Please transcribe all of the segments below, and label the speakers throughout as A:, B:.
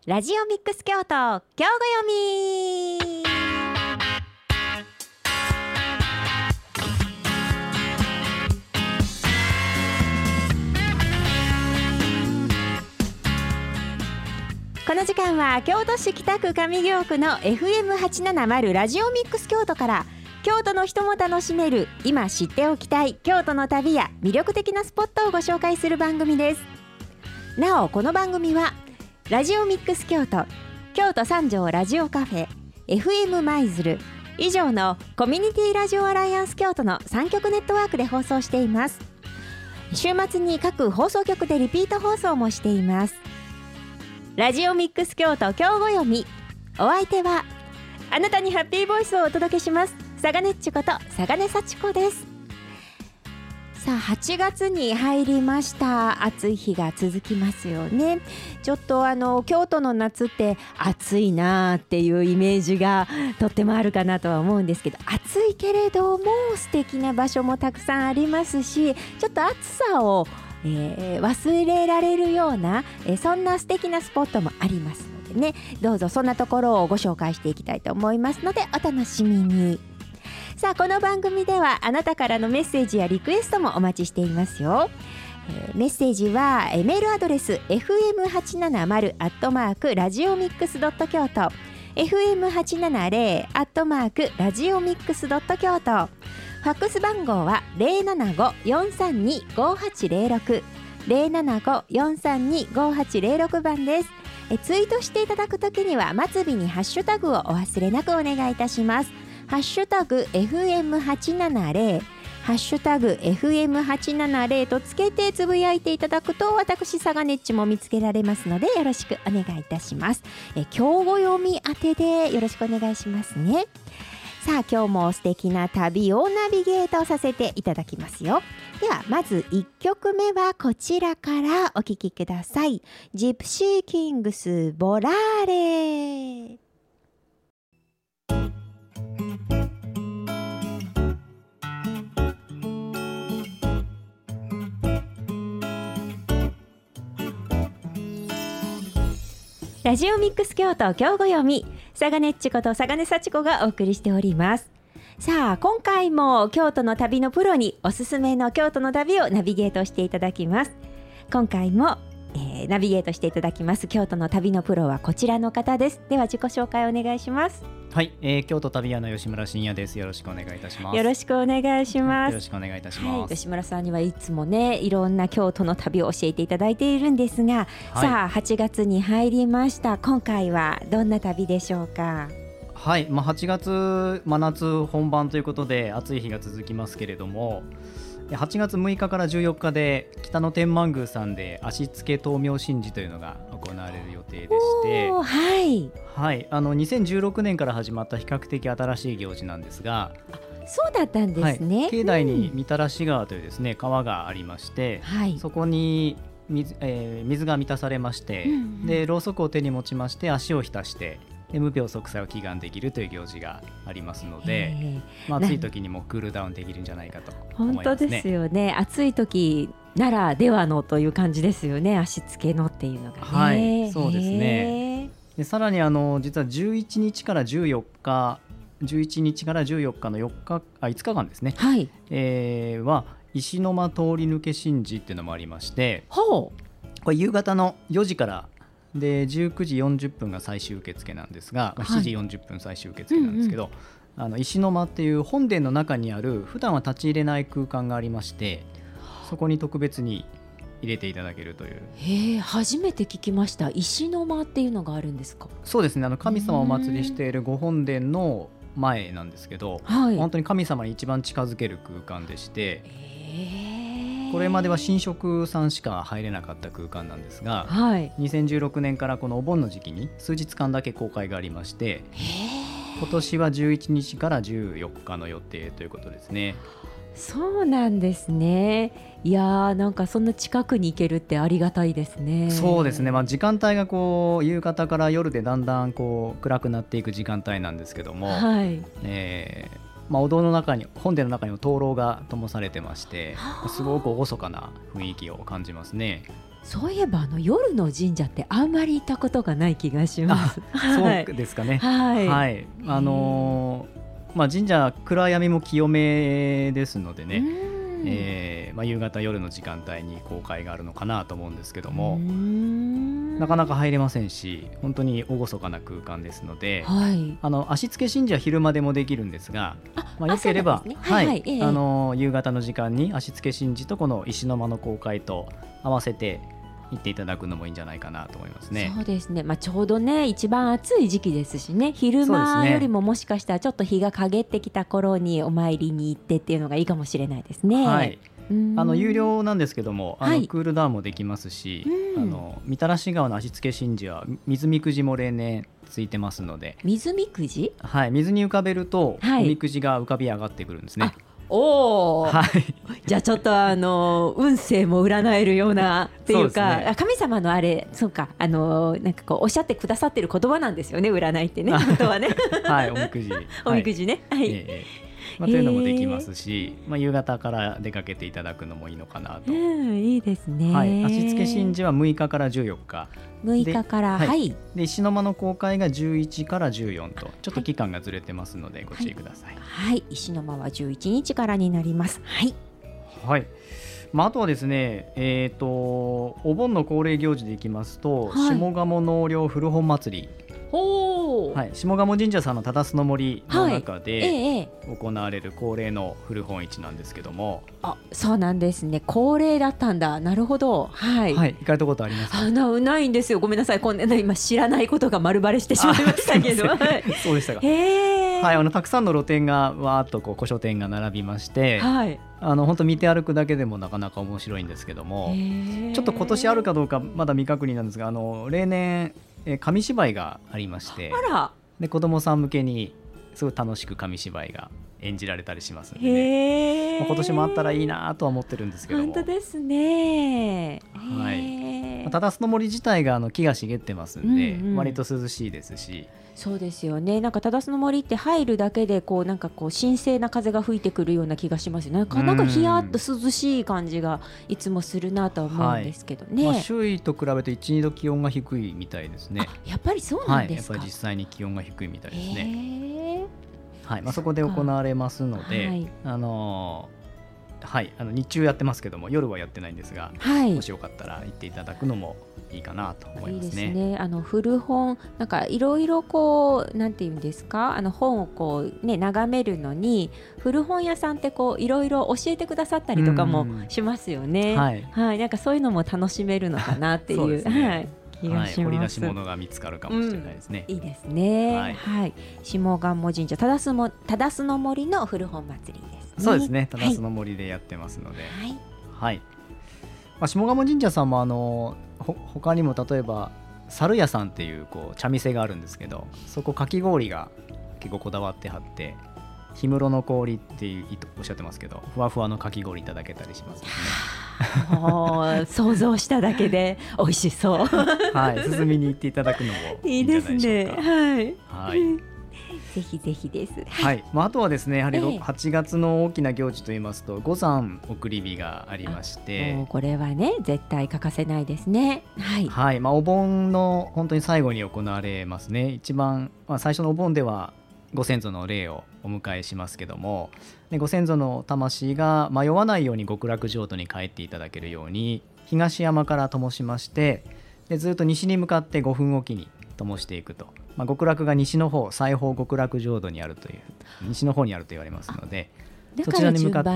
A: ラジオミックス京都今日ご読み。この時間は京都市北区上京区の FM870 ラジオミックス京都から京都の人も楽しめる今知っておきたい京都の旅や魅力的なスポットをご紹介する番組です。なおこの番組はラジオミックス京都、京都三条ラジオカフェ、 FM 舞鶴以上のコミュニティラジオアライアンス京都の3局ネットワークで放送しています。週末に各放送局でリピート放送もしています。ラジオミックス京都今日ご読み、お相手はあなたにハッピーボイスをお届けしますさがねっちことさがね幸子です。さあ8月に入りました。暑い日が続きますよね。ちょっと京都の夏って暑いなっていうイメージがとってもあるかなとは思うんですけど、暑いけれども素敵な場所もたくさんありますし、ちょっと暑さを忘れられるような、そんな素敵なスポットもありますのでね、どうぞそんなところをご紹介していきたいと思いますのでお楽しみに。さあこの番組ではあなたからのメッセージやリクエストもお待ちしていますよ。メッセージはメールアドレス fm870@radiomix.kyoto fm870@radiomix.kyoto、ファックス番号は 075-432-5806 075-432-5806 番です。ツイートしていただくときには末尾にハッシュタグをお忘れなくお願いいたします。ハッシュタグ FM870 ハッシュタグ FM870 とつけてつぶやいていただくと私さがねっちも見つけられますのでよろしくお願いいたします。今日ご読み当てでよろしくお願いしますね。さあ今日も素敵な旅をナビゲートさせていただきますよ。ではまず1曲目はこちらからお聴きください。ジプシーキングスボラーレ。ラジオミックス京都今日ご読み、さがねっちことさがね幸子がお送りしております。さあ今回も京都の旅のプロにおすすめの京都の旅をナビゲートしていただきます。今回も、ナビゲートしていただきます京都の旅のプロはこちらの方です。では自己紹介お願いします。
B: はい、京都旅屋の吉村真也です。よろしくお願いいたします。
A: よろしくお願いします。
B: よろしくお願いいたします。
A: 吉村さんにはいつもねいろんな京都の旅を教えていただいているんですが、さあ8月に入りました。今回はどんな旅でしょうか。
B: はい、8月真夏本番ということで暑い日が続きますけれども、8月6日から14日で北野天満宮さんで足付灯明神事というのが行われる予定でして、はい、2016年から始まった比較的新しい行事なんですが、
A: そうだったんですね。
B: 境内にみたらし川というですね、川がありまして、そこに水が満たされまして、でろうそくを手に持ちまして足を浸して無病息災を祈願できるという行事がありますので、暑い時にもクールダウンできるんじゃないかと思いますね。
A: 本当ですよね。暑い時ならではのという感じですよね。足つけのっていうのがね。
B: はい、そうですね。でさらに実は11日から14日11日から14日の5日間ですね、は石の間通り抜け神事っていうのもありまして、これ夕方の4時からで19時40分が最終受付なんですが、7時40分最終受付なんですけど、石の間っていう本殿の中にある普段は立ち入れない空間がありまして、そこに特別に入れていただけるという。
A: 初めて聞きました。石の間っていうのがあるんですか。
B: そうですね、神様をお祭りしている御本殿の前なんですけど、本当に神様に一番近づける空間でして、これまでは神職さんしか入れなかった空間なんですが、2016年からこのお盆の時期に数日間だけ公開がありまして、今年は11日から14日の予定ということですね。
A: そうなんですね。いやなんかそんな近くに行けるってありがたいですね。
B: そうですね、時間帯が夕方から夜でだんだん暗くなっていく時間帯なんですけども、お堂の中に本殿の中にも灯籠が灯されてまして、すごく厳かな雰囲気を感じますね。
A: そういえば夜の神社ってあんまり行ったことがない気がします。
B: そうですかね。はい、はい、神社暗闇も清めですのでね、夕方夜の時間帯に公開があるのかなと思うんですけども、なかなか入れませんし、本当に厳かな空間ですので、はい、足付神社は昼間でもできるんですが、よければ、夕方の時間に足付神社とこの石の間の公開と合わせて行っていただくのもいいんじゃないかなと思いますね。
A: そうですね、ちょうどね一番暑い時期ですしね、昼間よりももしかしたらちょっと日が陰ってきた頃にお参りに行ってっていうのがいいかもしれないですね。はい、
B: 有料なんですけども、クールダウンもできますし、みたらし川の足付神社は水みくじも例年ついてますので。
A: 水みくじ？
B: はい、水に浮かべると、おみくじが浮かび上がってくるんですね。
A: おー、はい、じゃあちょっと運勢も占えるようなっていうか、ね、神様のあれ、そうか、なんかこうおっしゃってくださってる言葉なんですよね、占いってね、本当はね
B: はい、おみくじ
A: おみくじね、はい、
B: というのもできますし、夕方から出かけていただくのもいいのかなと。
A: いいですね。
B: はい、足付神社は6日から14日
A: 6日から、はい、
B: で石の間の公開が11から14とちょっと期間がずれてますのでご注意ください。
A: はい、石の間は11日からになります。はい、
B: はい、あとはですね、お盆の恒例行事でいきますと、下鴨納涼古本祭り、はい、下鴨神社さんの忠須の森の中で行われる恒例の古本市なんですけども、
A: そうなんですね、恒例だったんだ。なるほど。はい、
B: はい、行かれたことありますか？
A: ないんですよ、ごめんなさい。今知らないことが丸バレしてしまいましたけど
B: そうでしたか。はい、たくさんの露店がわーっと古書店が並びまして、はい、本当見て歩くだけでもなかなか面白いんですけども、ちょっと今年あるかどうかまだ未確認なんですが、例年紙芝居がありまして、で子どもさん向けにすごい楽しく紙芝居が演じられたりしますので、ね、今年もあったらいいなとは思ってるんですけども。
A: 本当ですね。
B: はい、忠須の森自体が木が茂ってますんで、割と涼しいですし。
A: そうですよね。なんか忠須の森って入るだけでなんか神聖な風が吹いてくるような気がしますよね。なんかヒヤッと涼しい感じがいつもするなとは思うんですけどね。
B: 周囲と比べて 1,2 度気温が低いみたいですね。
A: やっぱりそうなんですか？
B: やっぱり実際に気温が低いみたいですね。はい、そこで行われますので、はい、日中やってますけども夜はやってないんですが、もしよかったら行っていただくのもいいかなと思いますね。
A: いいですね。古本なんかいろいろなんていうんですか、本を眺めるのに古本屋さんっていろいろ教えてくださったりとかもしますよね。はい、なんかそういうのも楽しめるのかなっていう。気がします。
B: 掘り出し物が見つかるかもしれないですね。
A: いいですね。はい、下鴨神社忠須の森の古本祭りですね。
B: そうですね、忠須の森でやってますので、はい、下鴨神社さんも他にも例えば猿屋さんっていう茶店があるんですけど、そこかき氷が結構こだわってはって、氷室の氷っておっしゃってますけど、ふわふわのかき氷いただけたりしますね。
A: 想像しただけで美味しそう。
B: はい、進みに行っていただくのもいいんじゃないでしょうか。
A: いいですね。はい、ぜひぜひです。
B: はい、あとはですね、やはり8月の大きな行事といいますと五山送り火がありまして、
A: これはね絶対欠かせないですね。はい、
B: はい、お盆の本当に最後に行われますね。一番、最初のお盆ではご先祖の霊をお迎えしますけども、ご先祖の魂が迷わないように極楽浄土に帰っていただけるように東山から灯しまして、でずっと西に向かって5分おきに灯していくと、極楽が西の方、西方極楽浄土にあるという、西の方にあると言われますので、そちらに向かって、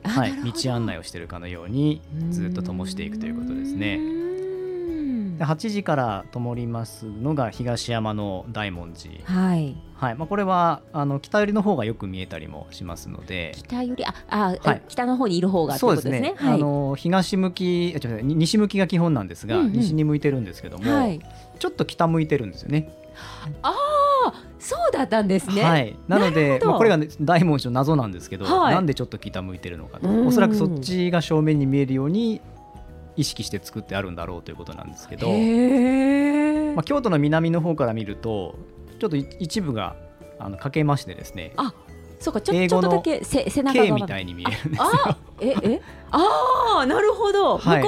B: 道案内をしているかのようにずっと灯していくということですね。8時から灯りますのが東山の大文字、はいはい、これは北寄りの方がよく見えたりもしますので、
A: 北寄り、北の方にいる方がってことですね。そうですね、
B: はい、東向き西向きが基本なんですが、西に向いてるんですけども、ちょっと北向いてるんですよね。
A: そうだったんですね。
B: はい、なのでこれが、大文字の謎なんですけど、なんでちょっと北向いてるのかと、おそらくそっちが正面に見えるように意識して作ってあるんだろうということなんですけど、京都の南の方から見るとちょっと一部が欠けましてですね、
A: そうか、ちょっとだけ背中が
B: K みたいに見えるんですよ。
A: なるほど、向こう側が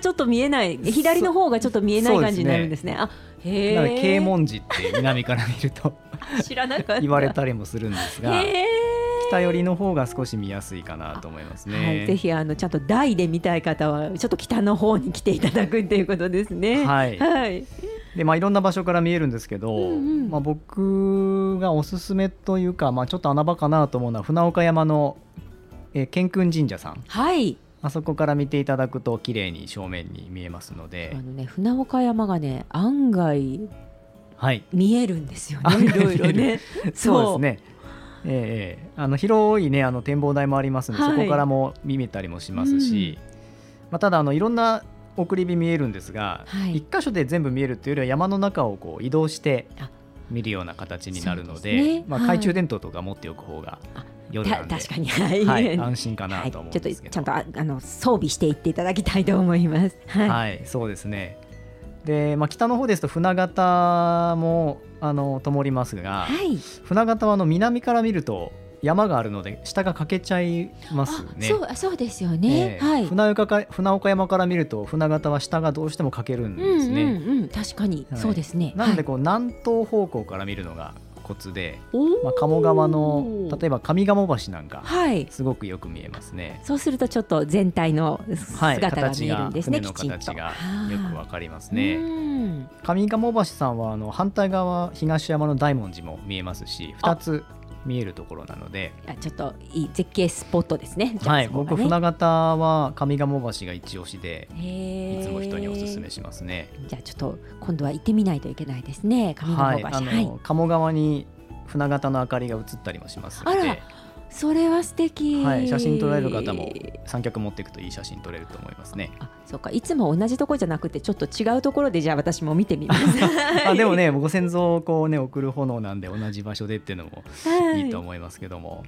A: がちょっと見えない、左の方がちょっと見えない感じになるんですね。あ、へ
B: だから慶門寺って南から見ると
A: 知らなかった
B: 言われたりもするんですが、北寄りの方が少し見やすいかなと思いますね。
A: はい、ぜひちゃんと台で見たい方はちょっと北の方に来ていただくっていうことですね。
B: はい、
A: はい、
B: でいろんな場所から見えるんですけど、僕がおすすめというか、ちょっと穴場かなと思うのは船岡山の建訓神社さん、
A: はい、
B: あそこから見ていただくと綺麗に正面に見えますので、
A: 船岡山がね案外、
B: はい、
A: 見えるんですよね、いろいろね
B: そうですね、広い、ね、展望台もありますので、そこからも見えたりもしますし、ただいろんな送り火見えるんですが、一箇所で全部見えるというよりは山の中をこう移動して見るような形になるので、懐中電灯とか持っておく方が夜なんで、
A: 確かに、
B: 安心かなと思うんですけど、
A: ちょっとちゃんと装備していっていただきたいと思います。
B: はい、そうですね。で、北の方ですと船形も灯りますが、船形は南から見ると山があるので下が欠けちゃいますね。
A: そうですよね。
B: 船岡山から見ると船形は下がどうしても欠けるんですね。
A: 確かに、そうですね。
B: なので南東方向から見るのがコツで、鴨川の例えば上賀茂橋なんかすごくよく見えますね。
A: そうするとちょっと全体の姿が見えるんですね。
B: 船の形がよくわかりますね。上賀茂橋さんは反対側東山の大文字も見えますし、2つ見えるところなので、
A: ちょっといい絶景スポットですね。
B: はい、僕船形は上賀茂橋が一押しで、いつも人におすすめしますね。
A: じゃあちょっと今度は行ってみないといけないですね、上賀茂橋。
B: 鴨川に船形の明かりが映ったりもしますので、
A: それは素敵。
B: 写真撮られる方も三脚持っていくといい写真撮れると思いますね。
A: そうか、いつも同じところじゃなくてちょっと違うところで、じゃあ私も見てみます
B: でもね、ご先祖をこう、送る炎なんで同じ場所でっていうのもいいと思いますけども、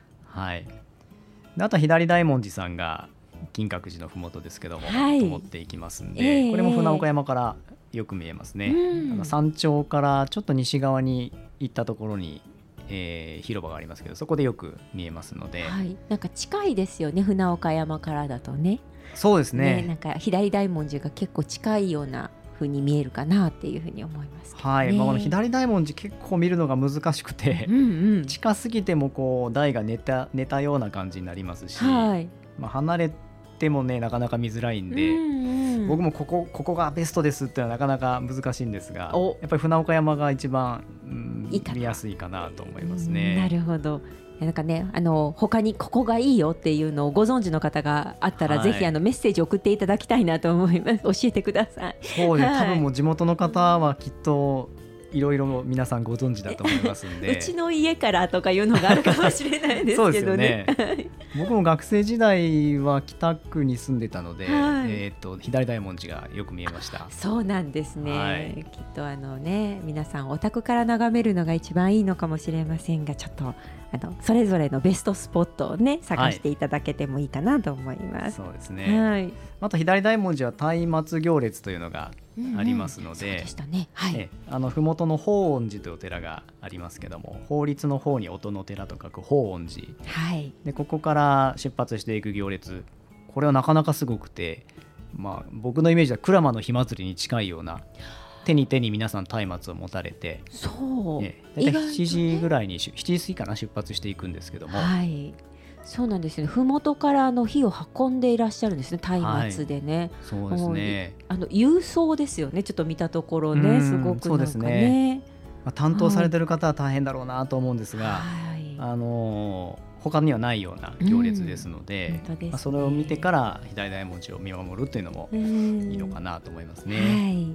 B: あと左大文字さんが金閣寺のふもとですけども、灯っていきますんで、これも船岡山からよく見えますね。山頂からちょっと西側に行ったところに広場がありますけど、そこでよく見えますので、
A: なんか近いですよね、船岡山からだとね。
B: そうですね。
A: なんか左大文字が結構近いような風に見えるかなっていうふうに思いますけどね。
B: 左大文字結構見るのが難しくて、近すぎてもこう台が寝たような感じになりますし、離れてもねなかなか見づらいんで、僕もここがベストですってのはなかなか難しいんですが、やっぱり船岡山が一番、見やすいかなと思いますね。
A: なるほど。なんかね、他にここがいいよっていうのをご存知の方があったら、ぜひメッセージ送っていただきたいなと思います。教えてください。
B: そうね、多分もう地元の方はきっといろいろ皆さんご存知だと思いますんで
A: うちの家からとかいうのがあるかもしれないですけどね。
B: 僕も学生時代は北区に住んでたので、左大文字がよく見えました。
A: そうなんですね、きっと皆さんお宅から眺めるのが一番いいのかもしれませんが、ちょっとそれぞれのベストスポットをね探していただけてもいいかなと思います。
B: そうですね。あと左大文字は松明行列というのがありますので、麓の法恩寺というお寺がありますけども、法律の法に音の寺と書く法恩寺、でここから出発していく行列、これはなかなかすごくて、僕のイメージは鞍馬の火祭りに近いような、手に皆さん松明を持たれて、大体7時ぐらいに7時過ぎかな出発していくんですけども、
A: そうなんですね。麓から火を運んでいらっしゃるんですね、松明でね。
B: そうですね。
A: 勇壮ですよね。ちょっと見たところね、すごくなんかね。そうですね。
B: 担当されてる方は大変だろうなと思うんですが、他にはないような行列ですので、それを見てから左大文字を見守るというのもいいのかなと思いますね。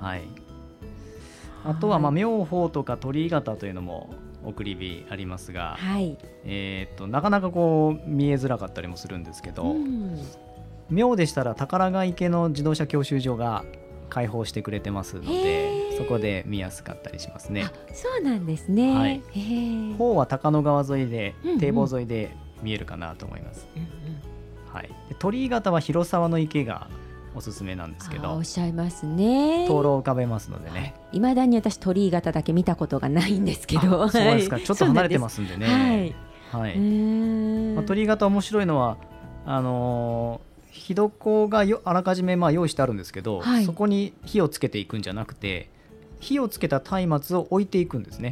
B: あとは妙法とか鳥居形というのも送り火ありますが、なかなかこう見えづらかったりもするんですけど、妙でしたら宝ヶ池の自動車教習所が開放してくれてますので、そこで見やすかったりしますね。
A: そうなんですね。
B: 法は高野川沿いで、堤防沿いで見えるかなと思います。鳥居形は広沢の池がおすすめなんですけど、
A: おっしゃいますね。
B: 灯籠を浮かべますのでね。
A: いまだに私鳥居形だけ見たことがないんですけど。
B: そうですか。ちょっと離れてますんでね。鳥居形面白いのは火床があらかじめ用意してあるんですけど、
A: はい、
B: そこに火をつけていくんじゃなくて、火をつけた松明を置いていくんですね。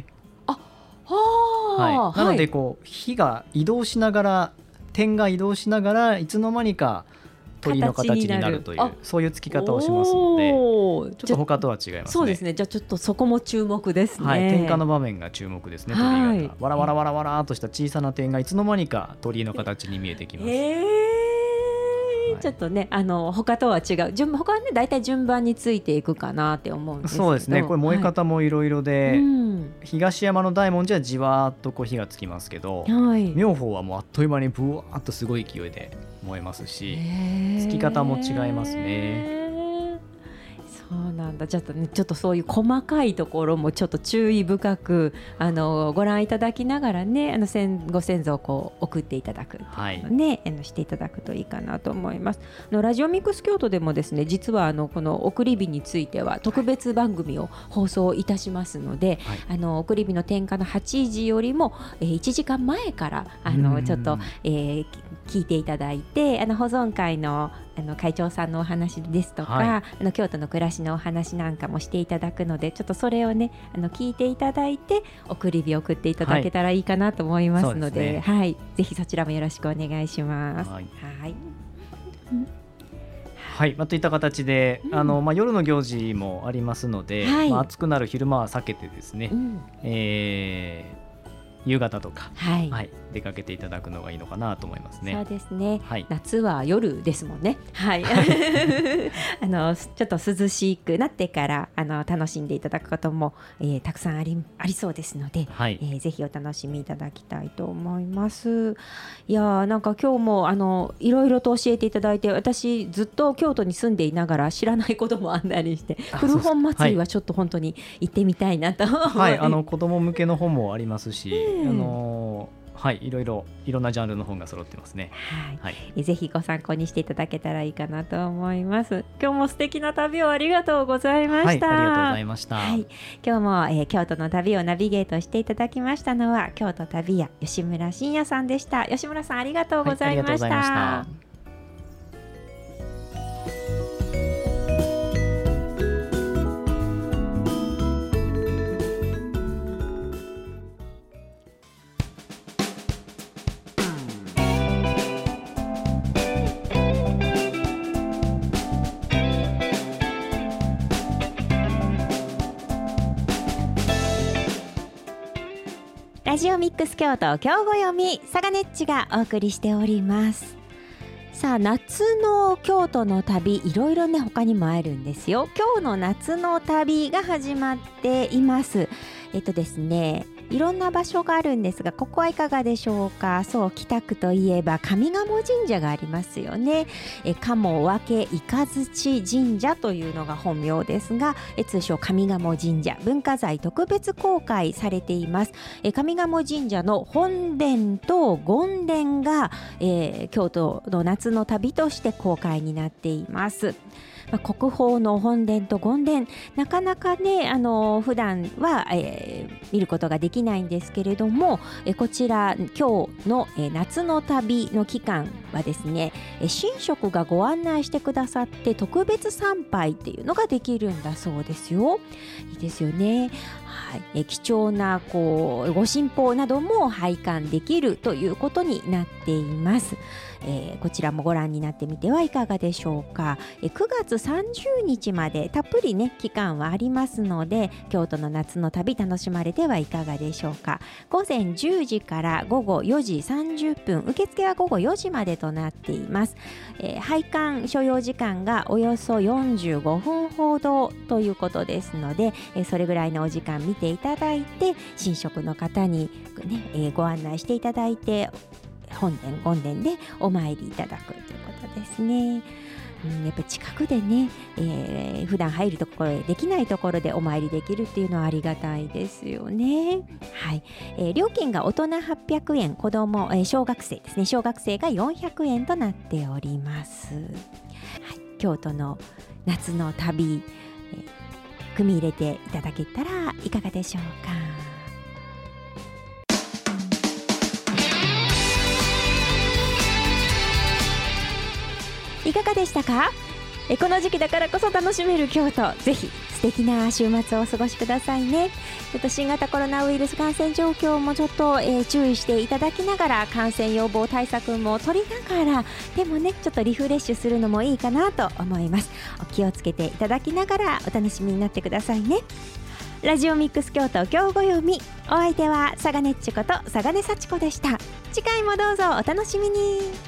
B: はい、なのでこう火が移動しながら、点が移動しながらいつの間にか鳥の形になるという、そういうつき方をしますので、ちょっと他とは違いますね。
A: そうですね。じゃあちょっとそこも注目ですね。
B: はい、点火の場面が注目ですね。鳥が、はい、わらわらわらわらとした小さな点がいつの間にか鳥の形に見えてきます。
A: ちょっとね、他とは違う、他はねだいたい順番についていくかなって思うんですけど、
B: そうですね。これ燃え方もいろいろで、東山の大文字はじわーっとこう火がつきますけど、妙法はもうあっという間にブワーっとすごい勢いで燃えますし、つき方も違いますね。
A: そうなんだ。ちょっとそういう細かいところもちょっと注意深くご覧いただきながらね、ご先祖をこう送っていただくっていうのね、していただくといいかなと思います。ラジオミックス京都でもですね、実はこの送り火については特別番組を放送いたしますので、送り火の点火の8時よりも1時間前からちょっと聞いていただいて、保存会の会長さんのお話ですとか、京都の暮らしのお話なんかもしていただくので、ちょっとそれをね聞いていただいて送り火を送っていただけたらいいかなと思いますので、はい、ぜひそちらもよろしくお願いします。はい、
B: はい、といった形で、夜の行事もありますので、暑くなる昼間は避けてですね、夕方とか、出かけていただくのがいいのかなと思いますね。
A: そうですね、夏は夜ですもんね。はい、ちょっと涼しくなってから楽しんでいただくことも、たくさんありそうですので、ぜひお楽しみいただきたいと思います。いやなんか今日もいろいろと教えていただいて、私ずっと京都に住んでいながら知らないこともあんだりして、古本祭りはちょっと本当に行ってみたいなと思います。はい、
B: 子供向けの本もありますし、いろんなジャンルの本が揃ってますね。
A: ぜひご参考にしていただけたらいいかなと思います。今日も素敵な旅をありがとうございました。
B: ありがとうございました。
A: 今日も、京都の旅をナビゲートしていただきましたのは、京都旅屋吉村真也さんでした。吉村さん、ありがとうございました。ラジオミックス京都今日ご読み、サガネッチがお送りしております。さあ、夏の京都の旅、いろいろね他にもあるんですよ。今日の夏の旅が始まっています。ですね、いろんな場所があるんですが、ここはいかがでしょうか。そう、北区といえば上賀茂神社がありますよね。鴨分雷神社というのが本名ですが、通称上賀茂神社、文化財特別公開されています。上賀茂神社の本殿と権殿が、京都の夏の旅として公開になっています。国宝の本殿と権殿、なかなかね普段は、見ることができないんですけれども、こちら今日の、夏の旅の期間はですね、神職がご案内してくださって特別参拝っていうのができるんだそうですよ。いいですよね。貴重なご神宝なども拝観できるということになっています。こちらもご覧になってみてはいかがでしょうか。9月30日までたっぷりね期間はありますので、京都の夏の旅楽しまれてはいかがでしょうか。午前10時から午後4時30分、受付は午後4時までとなっています。拝観所要時間がおよそ45分ほどということですので、それぐらいのお時間見ていただいて、神職の方に、ご案内していただいて、本殿権殿でお参りいただくということですね。やっぱり近くでね、普段入るところでできないところでお参りできるっていうのはありがたいですよね。料金が大人800円、子供、小学生ですね、小学生が400円となっております。京都の夏の旅、組み入れていただけたらいかがでしょうか。 いかがでしたか？この時期だからこそ楽しめる京都、ぜひ素敵な週末をお過ごしくださいね。ちょっと新型コロナウイルス感染状況もちょっと、注意していただきながら、感染予防対策も取りながら、でもねちょっとリフレッシュするのもいいかなと思います。お気をつけていただきながらお楽しみになってくださいね。ラジオミックス京都今日ご読み、お相手は佐賀ねっちこと佐賀根幸子でした。次回もどうぞお楽しみに。